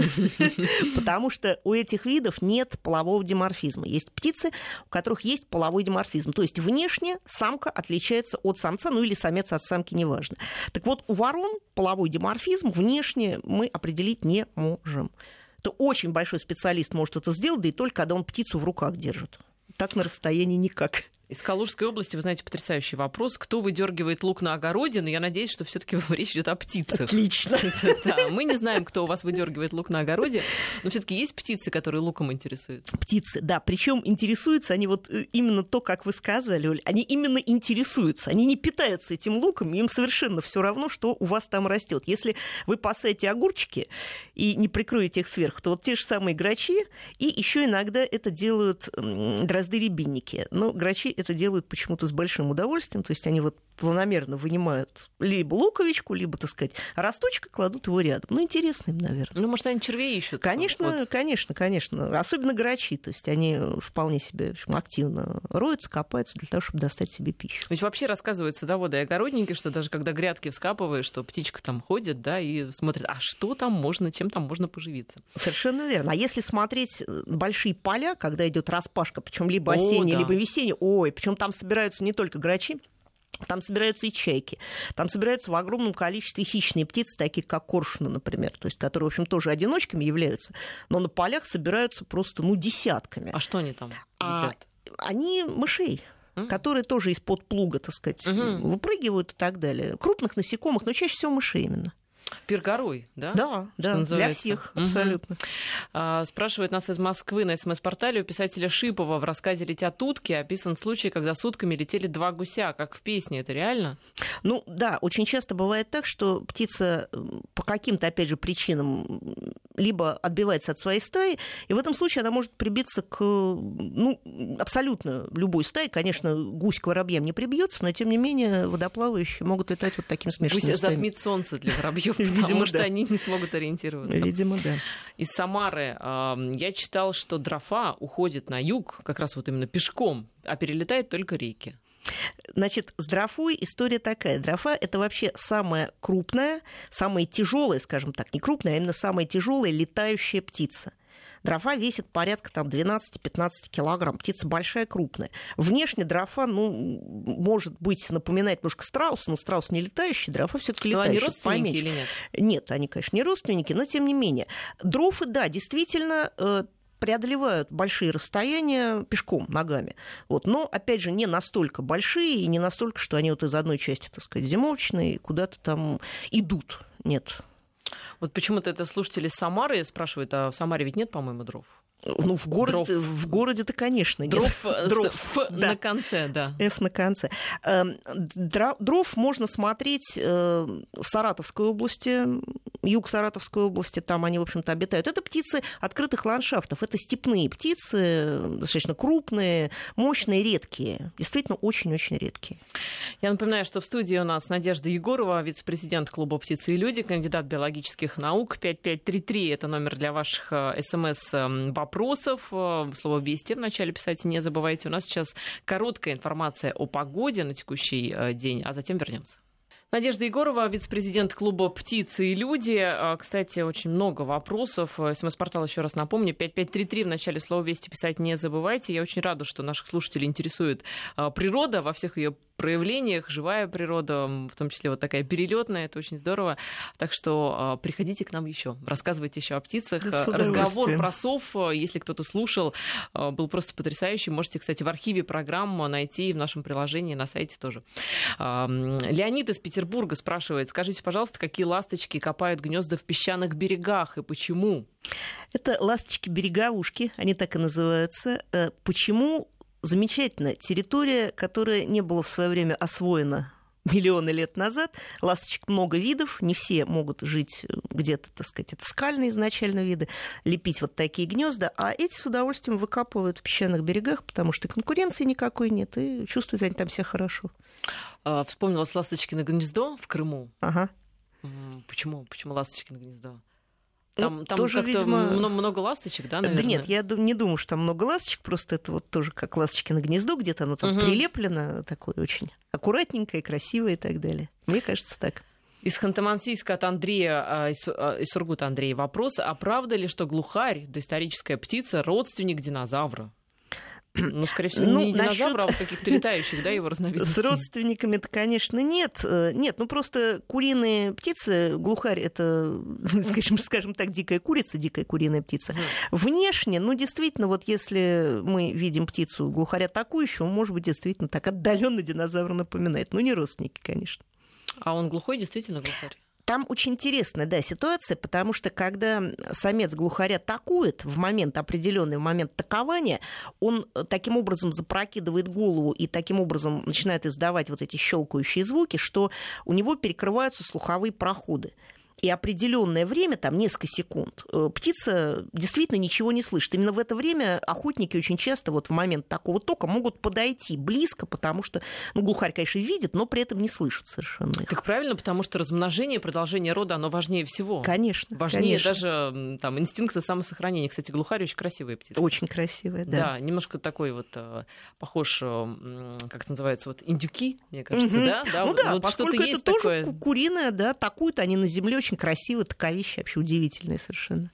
Потому что у этих видов нет полового диморфизма. Есть птицы, у которых есть половой диморфизм. То есть внешне самка отличается от самца, ну или самец от самки, неважно. Так вот, у ворон половой диморфизм внешне мы определить не можем. Это очень большой специалист может это сделать, да и только когда он птицу в руках держит. Так на расстоянии никак. Из Калужской области, вы знаете, потрясающий вопрос. Кто выдергивает лук на огороде? Но я надеюсь, что все-таки речь идет о птицах. Отлично. Да, мы не знаем, кто у вас выдергивает лук на огороде, но все-таки есть птицы, которые луком интересуются. Птицы, да. Причем интересуются они вот именно то, как вы сказали, Оль. Они именно интересуются. Они не питаются этим луком, им совершенно все равно, что у вас там растет. Если вы посадите огурчики и не прикроете их сверху, то вот те же самые грачи, и еще иногда это делают дрозды-рябинники. Но грачи это делают почему-то с большим удовольствием, то есть они вот планомерно вынимают либо луковичку, либо, так сказать, росточка, кладут его рядом. Ну, интересно им, наверное. Ну, может, они червей ищут? Конечно, вот. конечно. Особенно грачи, то есть они вполне себе, в общем, активно роются, копаются для того, чтобы достать себе пищу. Ведь вообще рассказывают садоводы и огородники, что даже когда грядки вскапываешь, что птичка там ходит, да, и смотрит, а что там можно, чем там можно поживиться. Совершенно верно. А если смотреть большие поля, когда идет распашка, причем либо осенняя, либо весенняя, причем там собираются не только грачи, там собираются и чайки, там собираются в огромном количестве хищные птицы, такие как коршуны, например, то есть, которые, в общем, тоже одиночками являются, но на полях собираются просто, десятками. А что они там едят? Они мышей, которые тоже из-под плуга, так сказать, выпрыгивают и так далее. Крупных насекомых, но чаще всего мышей именно. Пир горой, да? Да, для всех, абсолютно. Спрашивает нас из Москвы на СМС-портале: у писателя Шипова в рассказе «Летят утки» описан случай, когда сутками летели 2 гуся, как в песне. Это реально? Ну да, очень часто бывает так, что птица по каким-то, опять же, причинам либо отбивается от своей стаи, и в этом случае она может прибиться к абсолютно любой стае. Конечно, гусь к воробьям не прибьется, но тем не менее водоплавающие могут летать вот такими смешанными стаями. Гусь затмит солнце для воробьев, потому что они не смогут ориентироваться. Видимо, да. Из Самары я читал, что дрофа уходит на юг, как раз вот именно пешком, а перелетает только реки. Значит, с дрофой история такая. Дрофа — это вообще самая крупная, самая тяжелая, скажем так, не крупная, а именно самая тяжелая летающая птица. Дрофа весит порядка 12-15 килограмм. Птица большая, крупная. Внешне дрофа, может быть, напоминает немножко страуса, но страус не летающий, дрофа все-таки летающий. Они родственники или нет? Нет, они, конечно, не родственники, но тем не менее. Дрофы, да, действительно преодолевают большие расстояния пешком, ногами. Но, опять же, не настолько большие и не настолько, что они из одной части, так сказать, зимовочной куда-то там идут. Нет. Вот почему-то это слушатели из Самары спрашивают, а в Самаре ведь нет, по-моему, дров? Ну, в городе-то, конечно, дров, нет. Дров на конце, да. С F на конце. Дров можно смотреть в Саратовской области, юг Саратовской области, там они, в общем-то, обитают. Это птицы открытых ландшафтов, это степные птицы, достаточно крупные, мощные, редкие, действительно очень-очень редкие. Я напоминаю, что в студии у нас Надежда Егорова, вице-президент клуба «Птицы и люди», кандидат биологических наук. 5533 — это номер для ваших СМС-вопросов. Слово «Вести» в начале писать не забывайте. У нас сейчас короткая информация о погоде на текущий день, а затем вернемся. Надежда Егорова, вице-президент клуба «Птицы и люди». Кстати, очень много вопросов. СМС-портал, еще раз напомню, 5533 в начале слова «Вести» писать не забывайте. Я очень рада, что наших слушателей интересует природа во всех ее проявлениях, живая природа, в том числе вот такая перелетная, это очень здорово. Так что приходите к нам еще, рассказывайте еще о птицах. Разговор про сов, если кто-то слушал, был просто потрясающий. Можете, кстати, в архиве программ найти в нашем приложении, на сайте тоже. Леонид из Петербурга спрашивает: скажите, пожалуйста, какие ласточки копают гнезда в песчаных берегах и почему? Это ласточки-береговушки, они так и называются. Почему? Замечательно. Территория, которая не была в свое время освоена миллионы лет назад. Ласточек много видов, не все могут жить где-то, так сказать, это скальные изначально виды, лепить вот такие гнезда, а эти с удовольствием выкапывают в песчаных берегах, потому что конкуренции никакой нет, и чувствуют они там себя хорошо. Вспомнилось ласточкино гнездо в Крыму. Ага. Почему ласточкино гнездо? Там тоже, как-то видимо, много ласточек, да, наверное? Да нет, я не думаю, что там много ласточек, просто это вот тоже как ласточкино гнездо, где-то оно там прилеплено, такое очень аккуратненькое, красивое и так далее. Мне кажется, так. Из Ханты-Мансийска от Андрея, из Сургута Андрея вопрос: а правда ли, что глухарь, доисторическая птица, родственник динозавра? Ну, скорее всего, не динозавра, а каких-то летающих, да, его разновидностей. С родственниками-то, конечно, нет. Нет, ну просто куриные птицы, глухарь — это, скажем так, дикая курица, дикая куриная птица. Внешне, ну, действительно, вот если мы видим птицу глухаря атакующего, может быть, действительно так отдаленно динозавра напоминает. Ну, не родственники, конечно. А он глухой, действительно глухарь? Там очень интересная, да, ситуация, потому что когда самец глухаря атакует в момент определенный, в момент атакования, он таким образом запрокидывает голову и таким образом начинает издавать вот эти щелкающие звуки, что у него перекрываются слуховые проходы. И определенное время, там несколько секунд, птица действительно ничего не слышит. Именно в это время охотники очень часто вот в момент такого тока могут подойти близко, потому что, ну, глухарь, конечно, видит, но при этом не слышит совершенно. Так правильно, потому что размножение, продолжение рода, оно важнее всего. Конечно. Важнее конечно. даже там инстинкта самосохранения. Кстати, глухарь очень красивая птица. Очень красивая, да. Да, немножко такой вот похож, как это называется, вот индюки, мне кажется, да? Ну да, вот поскольку что-то это есть тоже такое. Куриная, да, атакуют они на земле очень красиво, таковище вообще удивительное совершенно.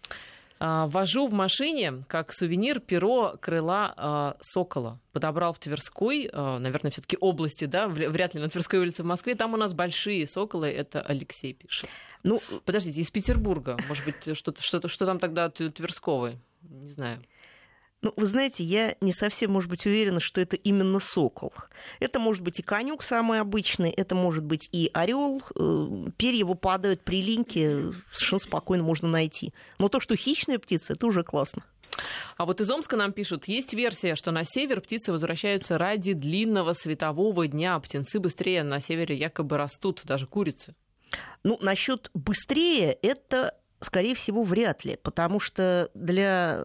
Вожу в машине как сувенир перо крыла сокола. Подобрал в Тверской, наверное, все-таки области, да, вряд ли на Тверской улице в Москве. Там у нас большие соколы, это Алексей пишет. Ну, подождите, из Петербурга, может быть, что там тогда Тверского? Не знаю. Ну, вы знаете, я не совсем, может быть, уверена, что это именно сокол. Это может быть и конюк самый обычный, это может быть и орел. Перья его падают при линьке, совершенно спокойно можно найти. Но то, что хищная птица, это уже классно. А вот из Омска нам пишут, есть версия, что на север птицы возвращаются ради длинного светового дня. Птенцы быстрее на севере якобы растут, даже курицы. Ну, насчет быстрее это, скорее всего, вряд ли, потому что для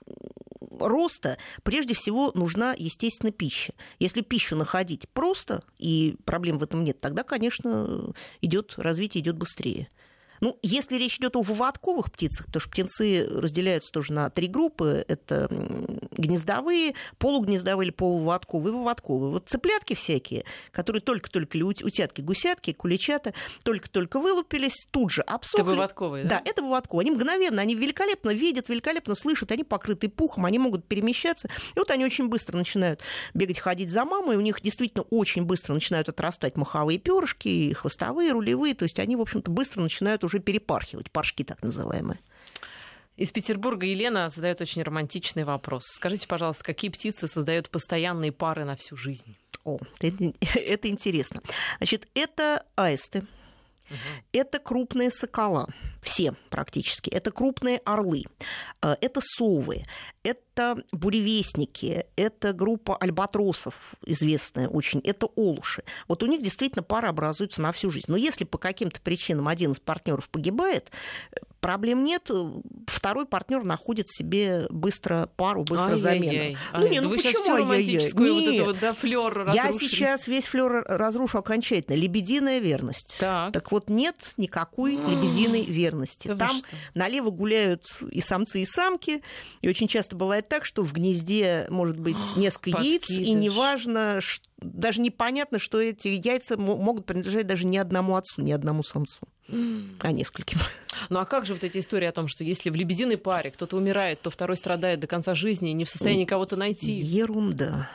роста прежде всего нужна, естественно, пища. Если пищу находить просто, и проблем в этом нет, тогда, конечно, развитие идет быстрее. Ну, если речь идет о выводковых птицах, потому что птенцы разделяются тоже на 3 группы. Это гнездовые, полугнездовые или полувыводковые, выводковые. Вот цыплятки всякие, которые только-только, или утятки, гусятки, куличата, только-только вылупились, тут же обсохли. Это выводковые, да? Да, это выводковые. Они мгновенно, они великолепно видят, великолепно слышат, они покрыты пухом, они могут перемещаться. И вот они очень быстро начинают бегать, ходить за мамой. У них действительно очень быстро начинают отрастать маховые перышки, хвостовые, рулевые. То есть они, в общем-то, быстро начинают уже перепархивать, паршки так называемые. Из Петербурга Елена задает очень романтичный вопрос. Скажите, пожалуйста, какие птицы создают постоянные пары на всю жизнь? О, это интересно. Значит, это аисты, это крупные сокола, все практически, это крупные орлы, это совы, Это буревестники, это группа альбатросов, известная очень, это олуши. Вот у них действительно пара образуется на всю жизнь. Но если по каким-то причинам один из партнеров погибает, проблем нет, второй партнер находит себе быстро пару, быстро замену. Вы сейчас всю романтическую вот эту вот, да, флёр разрушили. Я сейчас весь флёр разрушу окончательно. Лебединая верность. Так вот, нет никакой лебединой верности. Да там налево гуляют и самцы, и самки, и очень часто бывает так, что в гнезде может быть несколько яиц, и неважно, даже непонятно, что эти яйца могут принадлежать даже не одному отцу, не одному самцу, а нескольким. Ну а как же вот эти истории о том, что если в лебединой паре кто-то умирает, то второй страдает до конца жизни и не в состоянии кого-то найти? Ерунда.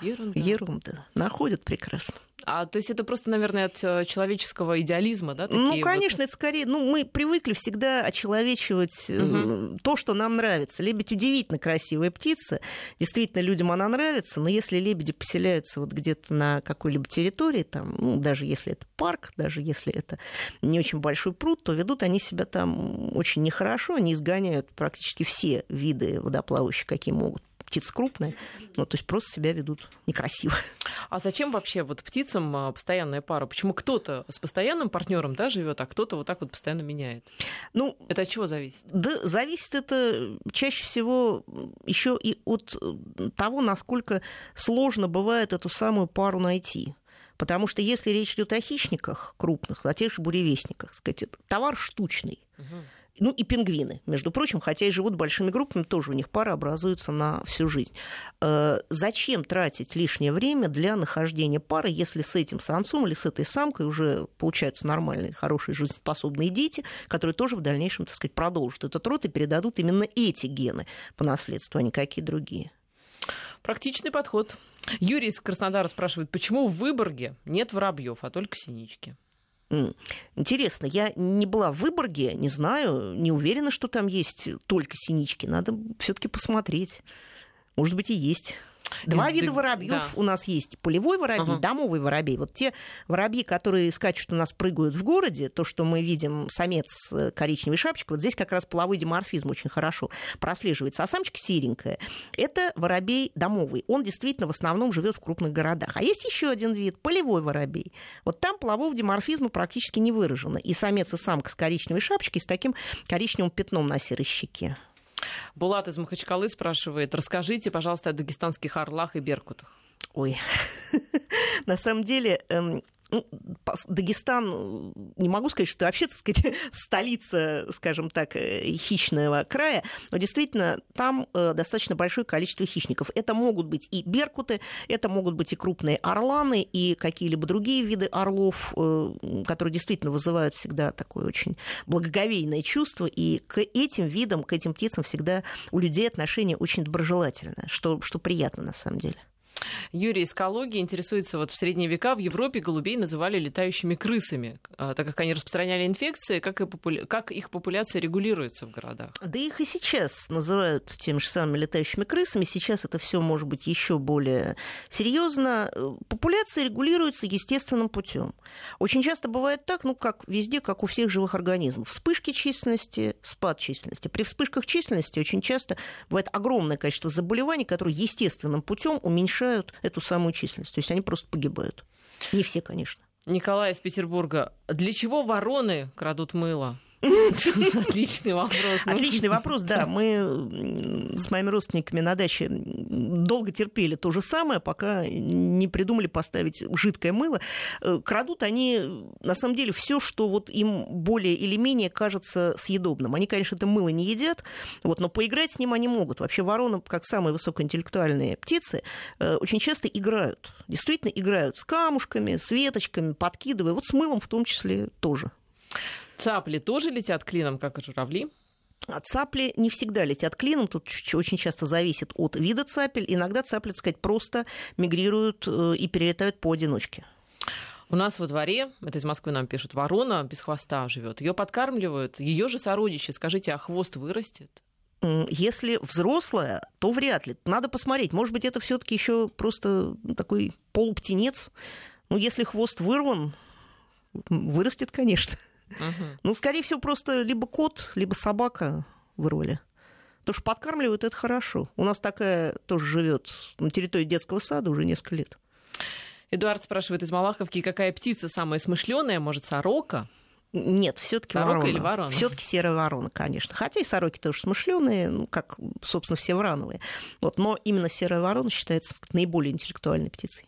Находят прекрасно. То есть это просто, наверное, от человеческого идеализма, да? Ну, конечно, это скорее... мы привыкли всегда очеловечивать то, что нам нравится. Лебедь удивительно красивая птица. Действительно, людям она нравится, но если лебеди поселяются вот где-то на какой-либо территории, там, даже если это парк, даже если это не очень большой пруд, то ведут они себя там очень нехорошо. Они изгоняют практически все виды водоплавающих, какие могут. Птицы крупные, то есть просто себя ведут некрасиво. А зачем вообще вот птицам постоянная пара? Почему кто-то с постоянным партнером, да, живет, а кто-то вот так вот постоянно меняет? Это от чего зависит? Да, зависит это чаще всего еще и от того, насколько сложно бывает эту самую пару найти. Потому что если речь идет о хищниках крупных, о тех же буревестниках, сказать, товар штучный. И пингвины, между прочим, хотя и живут большими группами, тоже у них пара образуется на всю жизнь. Зачем тратить лишнее время для нахождения пары, если с этим самцом или с этой самкой уже получаются нормальные, хорошие, жизнеспособные дети, которые тоже в дальнейшем, так сказать, продолжат этот род и передадут именно эти гены по наследству, а не какие другие? Практичный подход. Юрий из Краснодара спрашивает, почему в Выборге нет воробьев, а только синички? Интересно, я не была в Выборге, не знаю, не уверена, что там есть только синички. Надо все-таки посмотреть. Может быть, и есть. Два вида воробьев у нас есть. Полевой воробей, домовый воробей. Вот те воробьи, которые скачут у нас, прыгают в городе, то, что мы видим, самец с коричневой шапочкой, вот здесь как раз половой диморфизм очень хорошо прослеживается. А самочка серенькая. Это воробей домовый. Он действительно в основном живет в крупных городах. А есть еще один вид, полевой воробей. Вот там полового диморфизма практически не выражено. И самец, и самка с коричневой шапочкой, с таким коричневым пятном на серой щеке. Булат из Махачкалы спрашивает, расскажите, пожалуйста, о дагестанских орлах и беркутах. Ой, на самом деле... Дагестан, не могу сказать, что вообще, так сказать, столица, скажем так, хищного края, но действительно там достаточно большое количество хищников. Это могут быть и беркуты, это могут быть и крупные орланы, и какие-либо другие виды орлов, которые действительно вызывают всегда такое очень благоговейное чувство, и к этим видам, к этим птицам всегда у людей отношение очень доброжелательное, что приятно на самом деле. Юрий из Калуги интересуется, вот в средние века в Европе голубей называли летающими крысами, так как они распространяли инфекции, как их популяция регулируется в городах? Да их и сейчас называют теми же самыми летающими крысами. Сейчас это все может быть еще более серьезно. Популяция регулируется естественным путем. Очень часто бывает так, как везде, как у всех живых организмов. Вспышки численности, спад численности. При вспышках численности очень часто бывает огромное количество заболеваний, которые естественным путем уменьшают эту самую численность. То есть они просто погибают. Не все, конечно. Николай из Петербурга. Для чего вороны крадут мыло? Отличный вопрос. Отличный вопрос, да. Мы с моими родственниками на даче долго терпели то же самое, пока не придумали поставить жидкое мыло. Крадут они, на самом деле, все, что вот им более или менее кажется съедобным. Они, конечно, это мыло не едят, но поиграть с ним они могут. Вообще вороны, как самые высокоинтеллектуальные птицы, очень часто играют. Действительно играют с камушками, с веточками, подкидывая. Вот с мылом в том числе тоже. Цапли тоже летят клином, как и журавли? Цапли не всегда летят клином, тут очень часто зависит от вида цапель. Иногда цапли, так сказать, просто мигрируют и перелетают поодиночке. У нас во дворе, это из Москвы нам пишут, ворона без хвоста живет. Ее подкармливают, ее же сородичи. Скажите, а хвост вырастет? Если взрослая, то вряд ли. Надо посмотреть. Может быть, это все-таки еще просто такой полуптенец. Если хвост вырван, вырастет, конечно. Скорее всего, просто либо кот, либо собака вырвали. То, что подкармливают, это хорошо. У нас такая тоже живет на территории детского сада уже несколько лет. Эдуард спрашивает из Малаховки, какая птица самая смышленая, может, сорока? Нет, все-таки ворона. Или ворона? Все-таки серая ворона, конечно. Хотя и сороки тоже смышленые, ну, как, собственно, все врановые. Вот, но именно серая ворона считается наиболее интеллектуальной птицей.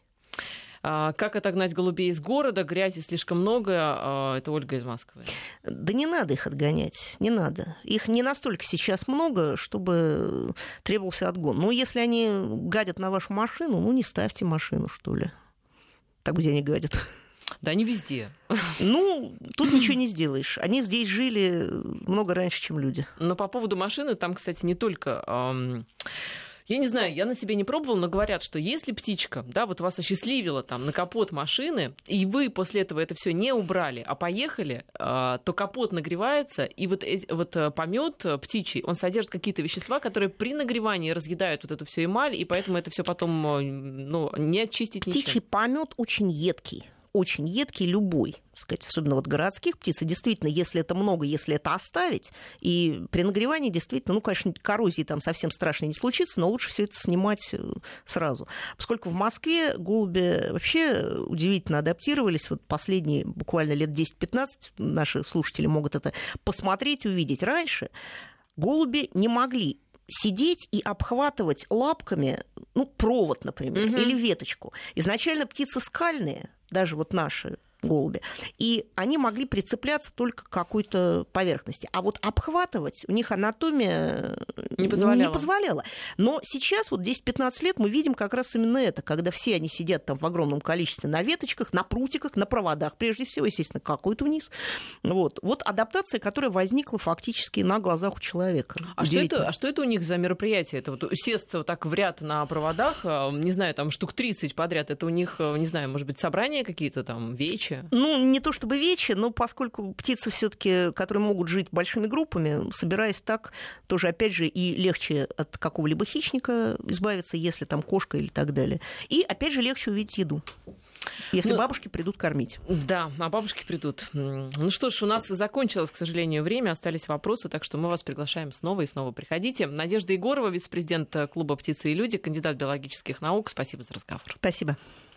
Как отогнать голубей из города? Грязи слишком много. Это Ольга из Москвы. Да не надо их отгонять, не надо. Их не настолько сейчас много, чтобы требовался отгон. Но если они гадят на вашу машину, ну не ставьте машину, что ли. Так, где они гадят. Да не везде. Ну, тут ничего не сделаешь. Они здесь жили много раньше, чем люди. Но по поводу машины, там, кстати, не только... Я не знаю, я на себе не пробовала, но говорят, что если птичка, да, вот вас осчастливила там на капот машины, и вы после этого это все не убрали, а поехали, то капот нагревается, и вот помет птичий, он содержит какие-то вещества, которые при нагревании разъедают вот эту всю эмаль, и поэтому это все потом, ну, не очистить ничем. Птичий помет очень едкий. Очень едкий любой, так сказать, особенно вот городских птиц. И действительно, если это много, если это оставить, и при нагревании действительно, ну, конечно, коррозии там совсем страшной не случится, но лучше все это снимать сразу. Поскольку в Москве голуби вообще удивительно адаптировались. Вот последние буквально лет 10-15 наши слушатели могут это посмотреть, увидеть. Раньше голуби не могли сидеть и обхватывать лапками, ну, провод, например, или веточку. Изначально птицы скальные, даже вот наши голуби, и они могли прицепляться только к какой-то поверхности. А вот обхватывать у них анатомия не позволяла. Но сейчас, вот 10-15 лет, мы видим как раз именно это, когда все они сидят там в огромном количестве на веточках, на прутиках, на проводах, прежде всего, естественно, какой-то вниз. Вот адаптация, которая возникла фактически на глазах у человека. А что это у них за мероприятие? Это вот сесться вот так в ряд на проводах, не знаю, там штук 30 подряд, это у них, не знаю, может быть, собрания какие-то там, вечи? Ну, не то чтобы вечи, но поскольку птицы все-таки, которые могут жить большими группами, собираясь так, тоже, опять же, и легче от какого-либо хищника избавиться, если там кошка или так далее. И, опять же, легче увидеть еду, если бабушки придут кормить. Да, а бабушки придут. Ну что ж, у нас закончилось, к сожалению, время, остались вопросы, так что мы вас приглашаем снова и снова. Приходите. Надежда Егорова, вице-президент клуба «Птицы и люди», кандидат биологических наук. Спасибо за разговор. Спасибо.